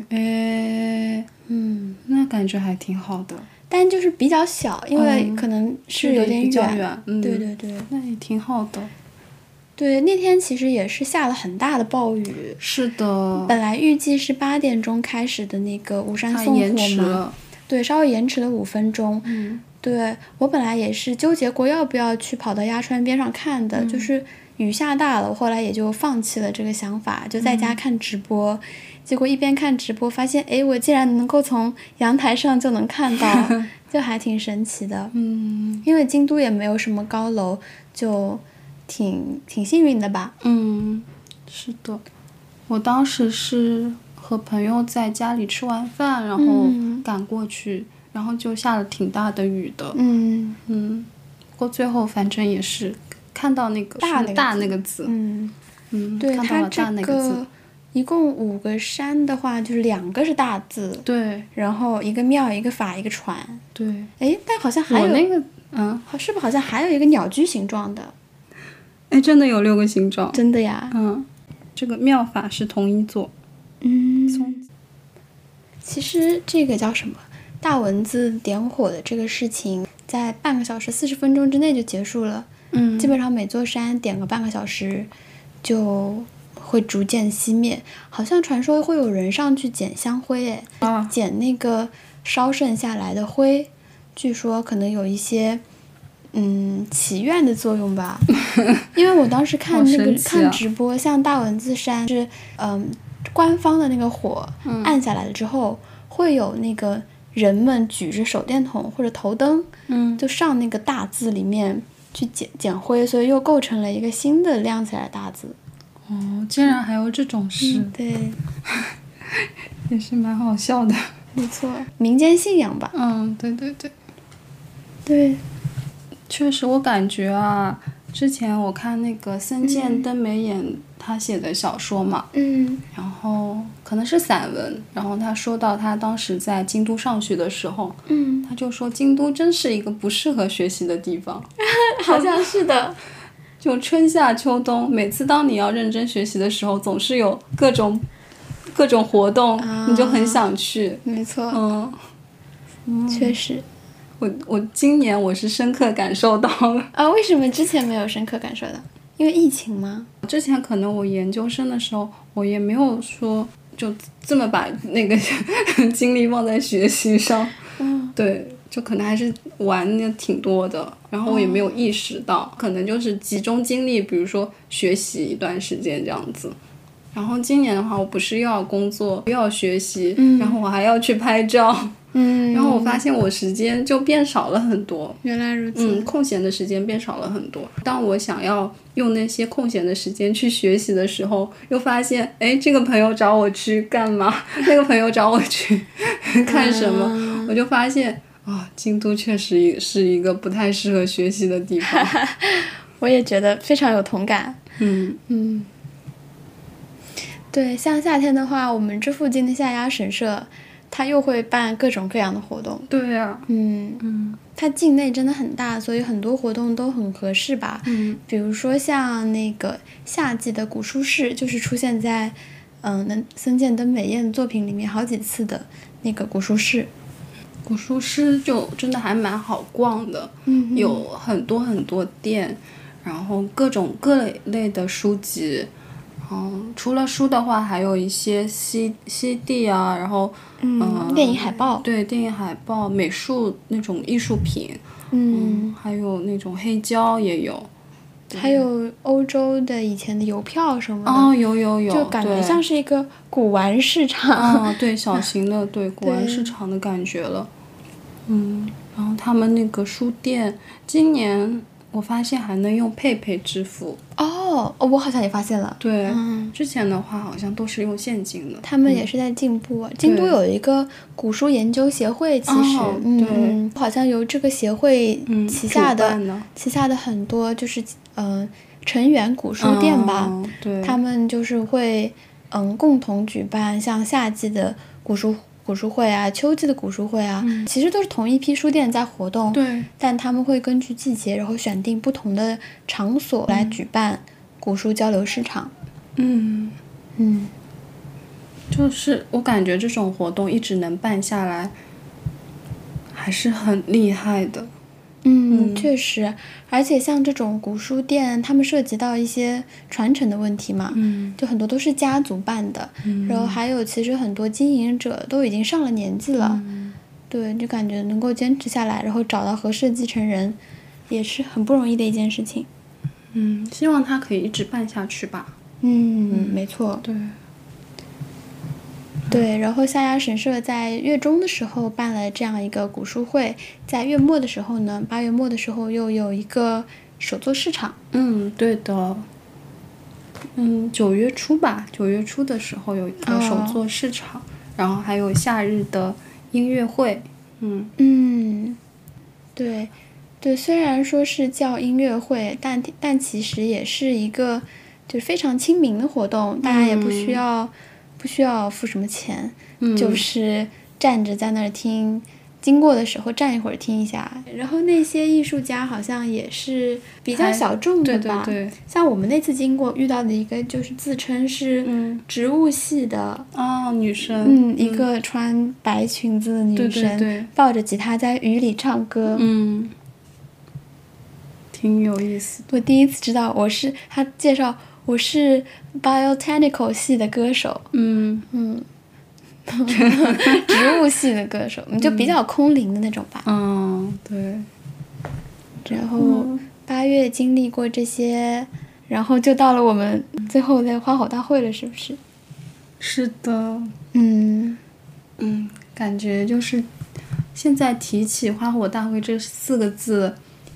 那感觉还挺好的。 但就是比较小，因为可能是有点远。 对， 那也挺好的。 对，那天其实也是下了很大的暴雨。 是的。 本来预计是8点钟开始的那个五山送火嘛，对，稍微延迟了5分钟。对，我本来也是纠结过要不要去跑到鸭川边上看的，就是雨下大了，我后来也就放弃了这个想法，就在家看直播。结果一边看直播发现，我竟然能够从阳台上就能看到，就还挺神奇的。因为京都也没有什么高楼，就挺幸运的吧。 是的，我当时是和朋友在家里吃完饭，然后赶过去，然后就下了挺大的雨的。不过最后反正也是看到那个大那个字。 对， 看到了大那个字。 一共5个山的话，就是2个是大字， 对， 然后一个庙，一个法，一个船， 对。 但好像还有那个， 是不是好像还有一个鸟居形状的？ 真的有6个形状， 真的呀。 这个庙法是同一座。 其实这个叫什么？大蚊子点火的这个事情，在半个小时40分钟之内就结束了。基本上每座山点个半个小时就会逐渐熄灭，好像传说会有人上去捡香灰，捡那个烧剩下来的灰，据说可能有一些祈愿的作用吧。因为我当时看那个看直播，像大蚊子山是官方的那个火按下来了之后，会有那个人们举着手电筒或者头灯，就上那个大字里面去捡灰，所以又构成了一个新的亮起来的大字。 哦，竟然还有这种事， 对， 也是蛮好笑的。 没错，民间信仰吧。 对对对， 对， 确实我感觉啊，之前我看那个森见登美彦他写的小说嘛，然后可能是散文，然后他说到他当时在京都上学的时候，他就说京都真是一个不适合学习的地方， 好像是的。 就春夏秋冬，每次当你要认真学习的时候，总是有各种活动，你就很想去。 没错，确实。 我今年我是深刻感受到了啊，为什么之前没有深刻感受到？因为疫情吗？ 之前可能我研究生的时候，我也没有说就这么把那个精力放在学习上。对，就可能还是玩的挺多的，然后我也没有意识到，可能就是集中精力，比如说学习一段时间这样子。然后今年的话，我不是又要工作又要学习，然后我还要去拍照，然后我发现我时间就变少了很多。 原来如此。 空闲的时间变少了很多。当我想要用那些空闲的时间去学习的时候，又发现，哎，这个朋友找我去干嘛？那个朋友找我去干什么？我就发现京都确实是一个不太适合学习的地方。 我也觉得非常有同感。对，像夏天的话，我们这附近的下鸭神社，它又会办各种各样的活动。 对呀。 它境内真的很大，所以很多活动都很合适吧。比如说像那个夏季的古书市，就是出现在森见登美彦作品里面好几次的那个古书市。 古书市就真的还蛮好逛的，有很多很多店，然后各种各类的书籍。除了书的话，还有一些 CD 啊，然后电影海报。 对，电影海报、美术那种艺术品，还有那种黑胶也有， 还有欧洲的以前的邮票什么的。 有， 就感觉像是一个古玩市场。 对，小型的对古玩市场的感觉了。然后他们那个书店今年我发现还能用PayPay支付。 我好像也发现了。 对，之前的话好像都是用现金的。 他们也是在进步。京都有一个古书研究协会，其实对， 好像由这个协会旗下的很多就是成员古书店吧， 对， 他们就是会共同举办像夏季的古书会啊，秋季的古书会啊，其实都是同一批书店在活动。 对， 但他们会根据季节，然后选定不同的场所来举办古书交流市场。 就是我感觉这种活动一直能办下来，还是很厉害的。 确实，而且像这种古书店，他们涉及到一些传承的问题嘛，就很多都是家族办的，然后还有其实很多经营者都已经上了年纪了，对，就感觉能够坚持下来，然后找到合适的继承人，也是很不容易的一件事情。 希望他可以一直办下去吧。 没错。对，然后下鸭神社在月中的时候办了这样一个古书会，在月末的时候呢，8月末的时候又有一个手作市场。 对的。9月初吧，9月初的时候有一个手作市场，然后还有夏日的音乐会。 对，虽然说是叫音乐会，但其实也是一个就是非常亲民的活动，大家也不需要付什么钱，就是站着在那儿听，经过的时候站一会儿听一下。然后那些艺术家好像也是比较小众的吧， 对， 像我们那次经过遇到的一个就是自称是植物系的女生， 一个穿白裙子的女生， 对， 抱着吉他在雨里唱歌， 挺有意思。 我第一次知道他介绍我是 biotechnical 系的歌手，植物系的歌手，就比较空灵的那种吧。 对。 然后8月经历过这些，然后就到了我们最后的花火大会了，是不是？ 是的。感觉就是现在提起花火大会这4个字，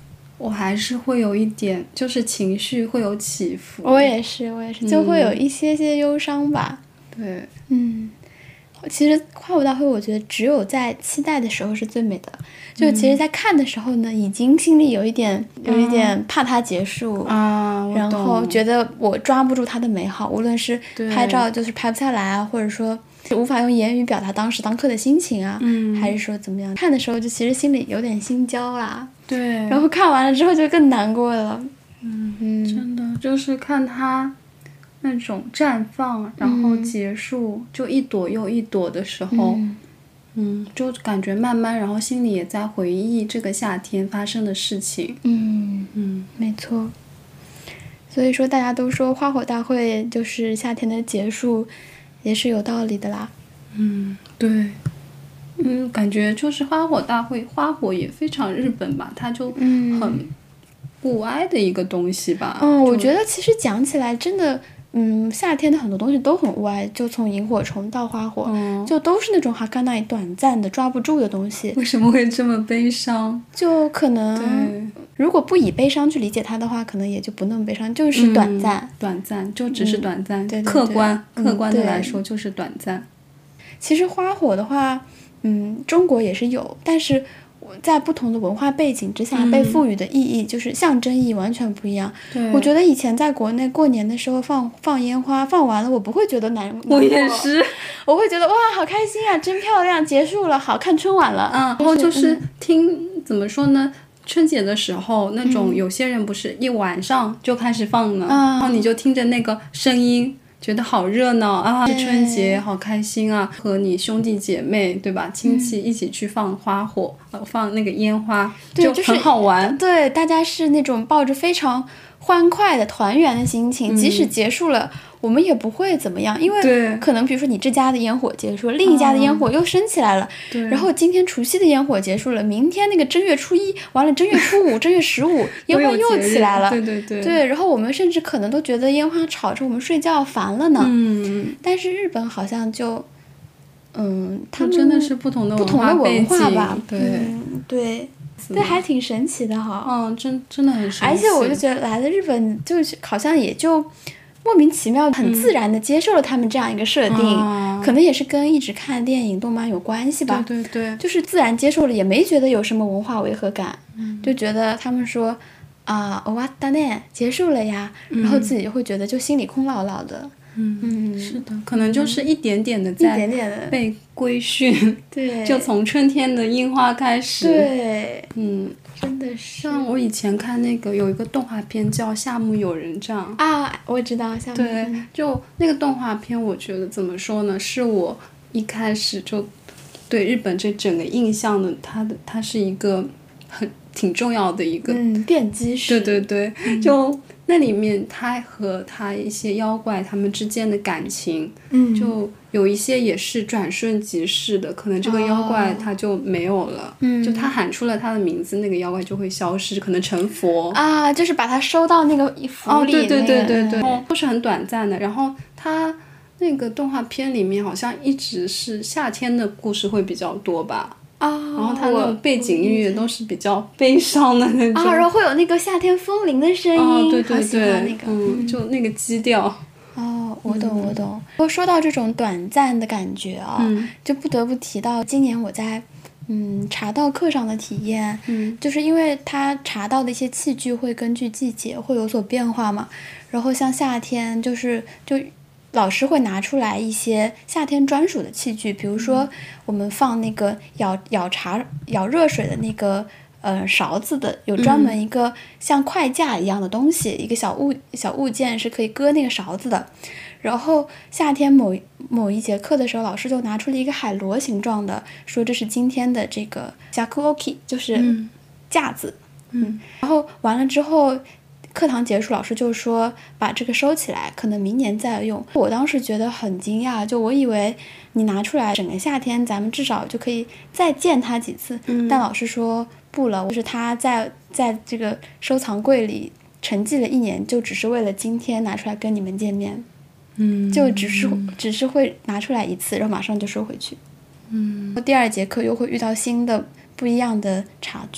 我还是会有一点，就是情绪会有起伏。 我也是，就会有一些些忧伤吧。 对， 其实花火大会我觉得只有在期待的时候是最美的，就其实在看的时候呢，已经心里有一点怕它结束啊， 然后觉得我抓不住它的美好，无论是拍照就是拍不下来啊，或者说无法用言语表达当时当刻的心情啊，还是说怎么样，看的时候就其实心里有点心焦啦， 对， 然后看完了之后就更难过了。 真的就是看它那种绽放然后结束，就一朵又一朵的时候，就感觉慢慢，然后心里也在回忆这个夏天发生的事情。 没错。所以说大家都说花火大会就是夏天的结束，也是有道理的啦。 对。感觉就是花火大会，花火也非常日本吧，它就很物哀的一个东西吧。 我觉得其实讲起来真的，夏天的很多东西都很物哀，就从萤火虫到花火，就都是那种哈干那短暂的抓不住的东西。 为什么会这么悲伤？ 就可能如果不以悲伤去理解它的话，可能也就不那么悲伤，就是短暂， 短暂就只是短暂， 对， 客观的来说就是短暂。 其实花火的话，中国也是有，但是在不同的文化背景之下被赋予的意义，就是象征意义完全不一样。我觉得以前在国内过年的时候放烟花，放完了我不会觉得难过， 我也是， 我会觉得哇好开心啊，真漂亮，结束了，好看春晚了。 然后就是听怎么说呢？春节的时候，那种有些人不是一晚上就开始放呢，然后你就听着那个声音。觉得好热闹啊！是春节，好开心啊！和你兄弟姐妹，对吧？亲戚一起去放花火，放那个烟花，就很好玩。 对，大家是那种抱着非常欢快的团圆的心情，即使结束了，我们也不会怎么样，因为可能比如说你这家的烟火结束了，另一家的烟火又升起来了，然后今天除夕的烟火结束了，明天那个正月初一完了，正月初五、正月15烟花又起来了，对，然后我们甚至可能都觉得烟花吵着我们睡觉烦了呢。但是日本好像就，他们真的是不同的文化吧， 对， 还挺神奇的哈。 真的很神奇。 而且我就觉得来了日本，就是好像也就莫名其妙、很自然的接受了他们这样一个设定，可能也是跟一直看电影、动漫有关系吧。 对， 就是自然接受了，也没觉得有什么文化违和感，就觉得他们说終わったね，结束了呀，然后自己就会觉得就心里空落落的。 是的，可能就是一点点的在被规训， 对， 就从春天的樱花开始， 对，真的是。 像我以前看那个有一个动画片叫《夏目友人帐》 我知道夏目。 对，就那个动画片，我觉得怎么说呢，是我一开始就对日本这整个印象的，它是一个挺重要的一个奠基石。 对，就。那里面他和他一些妖怪他们之间的感情，就有一些也是转瞬即逝的，可能这个妖怪他就没有了，就他喊出了他的名字，那个妖怪就会消失，可能成佛就是把他收到那个符里。 对，都是很短暂的。然后他那个动画片里面好像一直是夏天的故事会比较多吧。然后它那种背景音乐都是比较悲伤的那种， 然后会有那个夏天风铃的声音， 对， 好喜欢那个， 就那个基调。 我懂。说到这种短暂的感觉就不得不提到今年我在茶道课上的体验，就是因为它茶道的一些器具会根据季节会有所变化嘛，然后像夏天就老师会拿出来一些夏天专属的器具，比如说我们放那个舀热水的那个勺子的，有专门一个像筷架一样的东西，一个小物件是可以搁那个勺子的。然后夏天某一节课的时候，老师就拿出了一个海螺形状的，说这是今天的这个 shakuoki， 就是架子。然后完了之后课堂结束，老师就说把这个收起来，可能明年再用。我当时觉得很惊讶，就我以为你拿出来整个夏天咱们至少就可以再见它几次，但老师说不了，就是它在这个收藏柜里沉寂了1年，就只是为了今天拿出来跟你们见面。就只是会拿出来一次，然后马上就收回去。第2节课又会遇到新的不一样的茶具。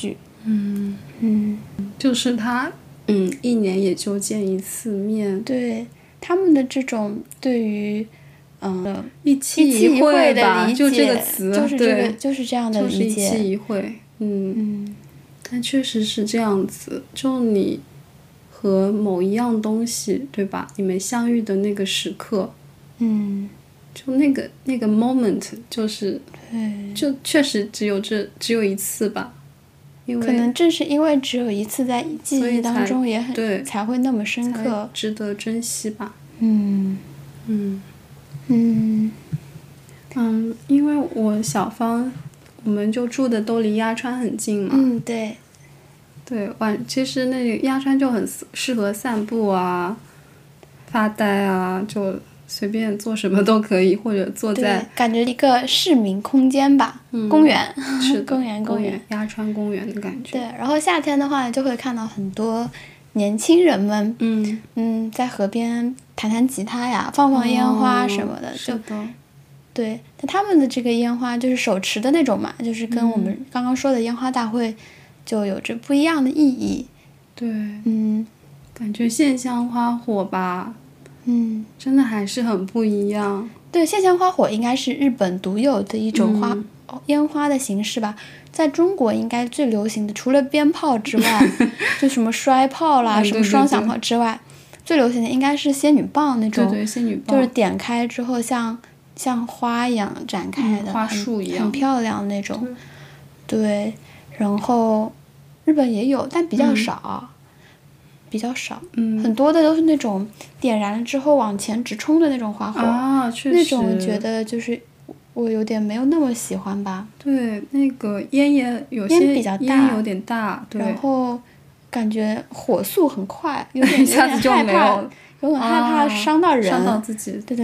就是他一年也就见一次面。 对，他们的这种对于一期一会吧， 的理解， 就这个词， 就是这样的理解， 就是一期一会。但确实是这样子，就你和某一样东西，对吧？你们相遇的那个时刻，就那个 moment， 就是对， 就确实只有一次吧。因为可能正是因为只有一次，在记忆当中也很才会那么深刻， 值得珍惜吧。因为我小芳，我们就住的都离鸭川很近嘛。 对。 对，其实那个鸭川就很适合散步啊、发呆啊，就随便做什么都可以，或者坐在感觉一个市民空间吧，公园， 是公园， 鸭川公园的感觉。 对，然后夏天的话，就会看到很多年轻人们，在河边弹吉他呀，放烟花什么的， 是的。 对，但他们的这个烟花就是手持的那种嘛，就是跟我们刚刚说的烟花大会就有着不一样的意义。 对，感觉线香花火吧，真的还是很不一样。 对，线香花火应该是日本独有的一种烟花的形式吧，在中国应该最流行的，除了鞭炮之外，就什么摔炮啦，什么双响炮之外，最流行的应该是仙女棒那种， 对，仙女棒就是点开之后像花一样展开的， 花束一样， 很漂亮那种。对，然后日本也有，但比较少，很多的都是那种点燃了之后往前直冲的那种花火确实那种觉得就是我有点没有那么喜欢吧。 对，那个烟也有些烟比较大， 烟有点大，对， 然后感觉火速很快，有点一下子就没有， 有点害怕伤到人， 伤到自己， 对，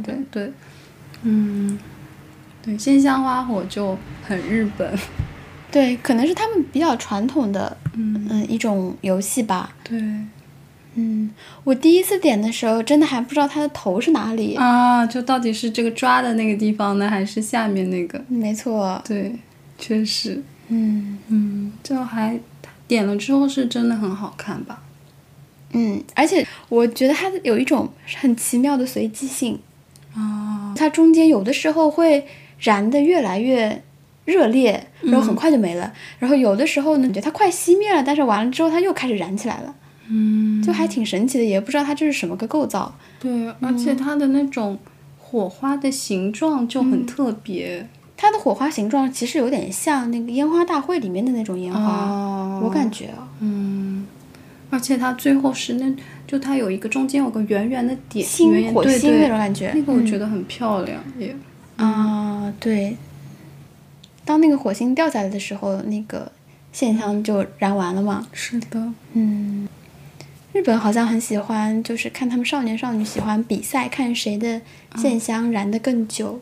对，线香花火就很日本。 对，可能是他们比较传统的一种游戏吧。 对， 我第一次点的时候，真的还不知道它的头是哪里就到底是这个抓的那个地方呢，还是下面那个？ 没错。 对，确实。就还点了之后是真的很好看吧。 而且我觉得它有一种很奇妙的随机性。它中间有的时候会燃得越来越热烈，然后很快就没了，然后有的时候呢，觉得它快熄灭了，但是完了之后它又开始燃起来了，就还挺神奇的，也不知道它这是什么个构造。 对，而且它的那种火花的形状就很特别， 它的火花形状其实有点像那个烟花大会里面的那种烟花，我感觉而且它最后是就它有一个中间有个圆圆的点， 火星那种感觉， 那个我觉得很漂亮也。 对。当那个火星掉下来的时候，那个线香就燃完了嘛。 是的。 日本好像很喜欢，就是看他们少年少女喜欢比赛，看谁的线香燃得更久。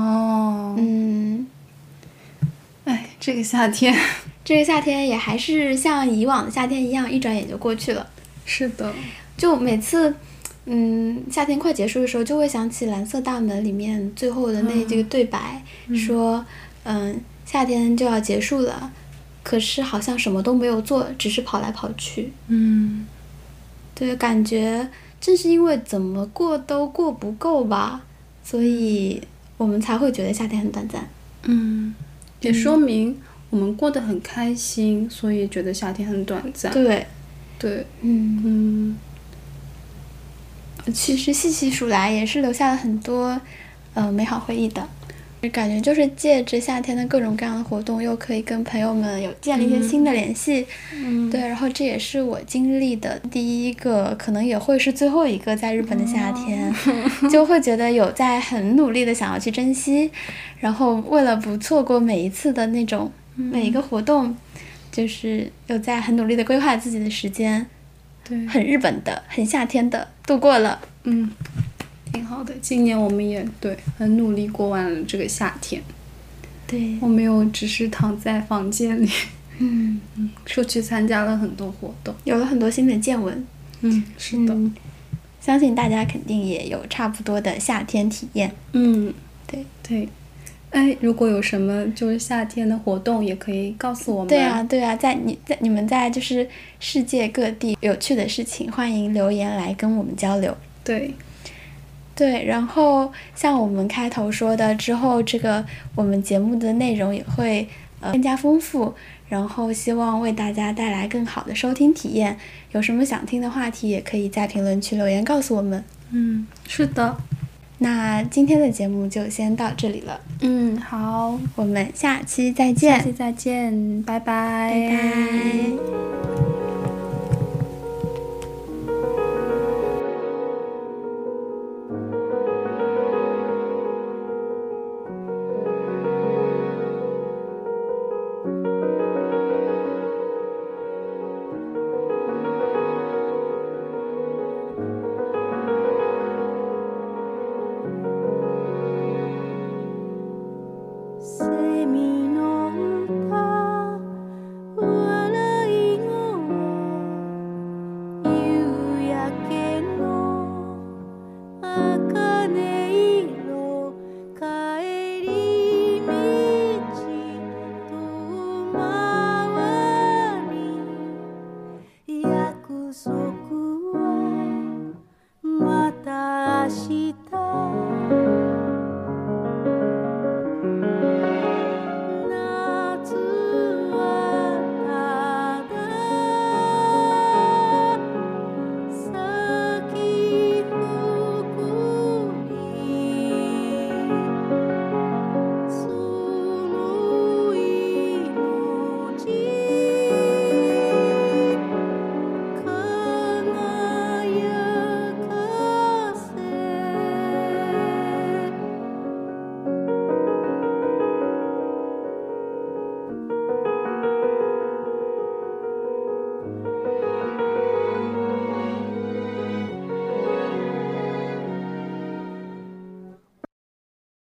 这个夏天也还是像以往的夏天一样，一转眼就过去了。 是的。 就每次夏天快结束的时候，就会想起《蓝色大门》里面最后的这个对白，说夏天就要结束了，可是好像什么都没有做，只是跑来跑去。对，感觉正是因为怎么过都过不够吧，所以我们才会觉得夏天很短暂。 也说明我们过得很开心，所以觉得夏天很短暂。 对，其实细细数来也是留下了很多美好回忆的。感觉就是借着夏天的各种各样的活动，又可以跟朋友们有建立一些新的联系。对，然后这也是我经历的第一个，可能也会是最后一个在日本的夏天，就会觉得有在很努力的想要去珍惜，然后为了不错过每一次的那种每一个活动，就是有在很努力的规划自己的时间。 对， 很日本的，很夏天的度过了。 挺好的，今年我们也很努力过完了这个夏天。 对， 我没有只是躺在房间里，出去参加了很多活动， 有了很多新的见闻。 是的， 相信大家肯定也有差不多的夏天体验。 对， 哎，如果有什么就是夏天的活动，也可以告诉我们。 对啊，对啊，你们在就是世界各地有趣的事情，欢迎留言来跟我们交流。 对， 对，然后像我们开头说的，之后这个我们节目的内容也会更加丰富，然后希望为大家带来更好的收听体验。有什么想听的话题，也可以在评论区留言告诉我们。 是的。 那今天的节目就先到这里了。 好， 我们下期再见。 下期再见，拜拜。 拜拜。